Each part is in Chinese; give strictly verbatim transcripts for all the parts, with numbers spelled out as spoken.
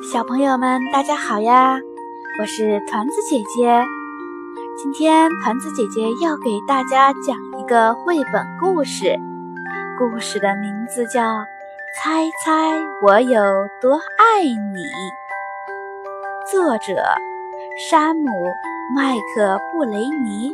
小朋友们大家好呀，我是团子姐姐。今天团子姐姐要给大家讲一个绘本故事，故事的名字叫《猜猜我有多爱你》，作者山姆·麦克布雷尼。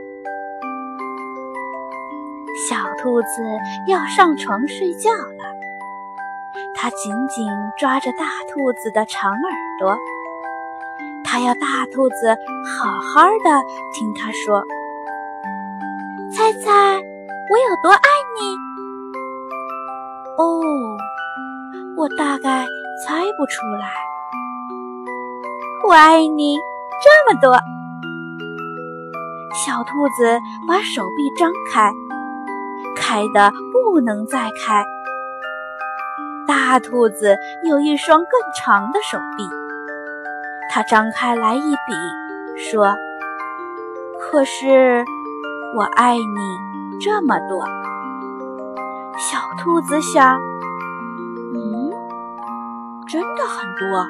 小兔子要上床睡觉了，它紧紧抓着大兔子的长耳朵，它要大兔子好好的听它说：猜猜我有多爱你？哦，我大概猜不出来。我爱你这么多。小兔子把手臂张开，开得不能再开。大兔子有一双更长的手臂，它张开来一比，说：可是我爱你这么多。小兔子想，嗯，真的很多。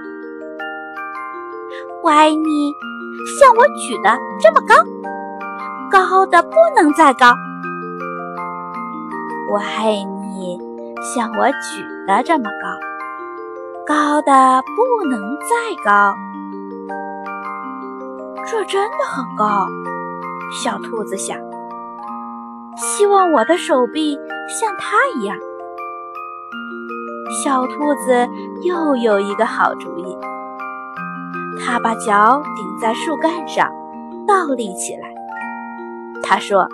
我爱你像我举的这么高，高的不能再高。我爱你像我举的这么高，高的不能再高。这真的很高，小兔子想，希望我的手臂像它一样。小兔子又有一个好主意，它把脚顶在树干上，倒立起来。它说：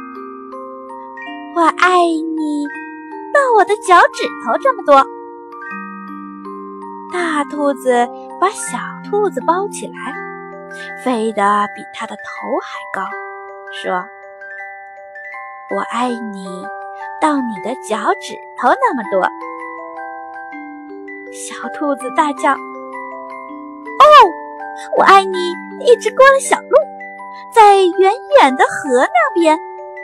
我爱你到我的脚趾头这么多。大兔子把小兔子抱起来，飞得比它的头还高，说：我爱你到你的脚趾头那么多。小兔子大叫：哦，我爱你一直过了小路，在远远的河那边。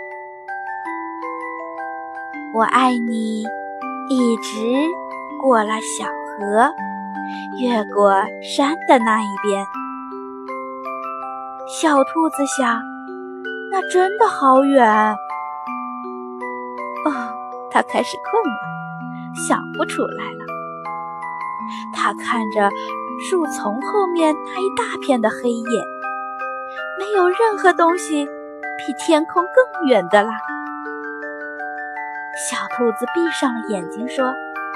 我爱你一直过了小河，越过山的那一边。小兔子想，那真的好远。哦，它开始困了，想不出来了。它看着树丛后面那一大片的黑夜，没有任何东西比天空更远的啦。小兔子闭上了眼睛说：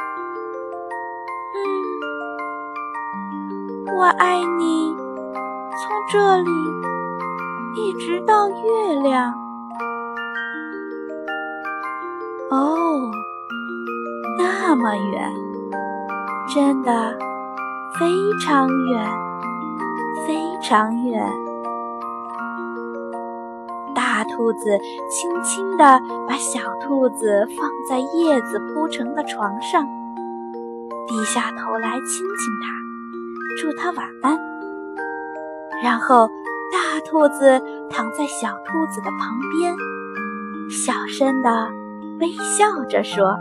嗯，我爱你从这里一直到月亮。哦，那么远，真的非常远，非常远。大兔子轻轻地把小兔子放在叶子铺成的床上，低下头来亲亲它，祝它晚安。然后大兔子躺在小兔子的旁边，小声地微笑着说：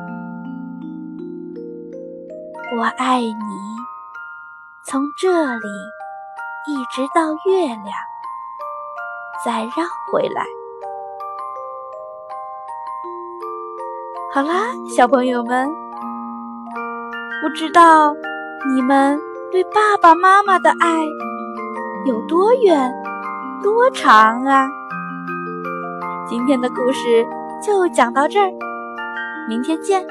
我爱你从这里一直到月亮，再绕回来。好啦，小朋友们，不知道你们对爸爸妈妈的爱有多远多长啊？今天的故事就讲到这儿，明天见。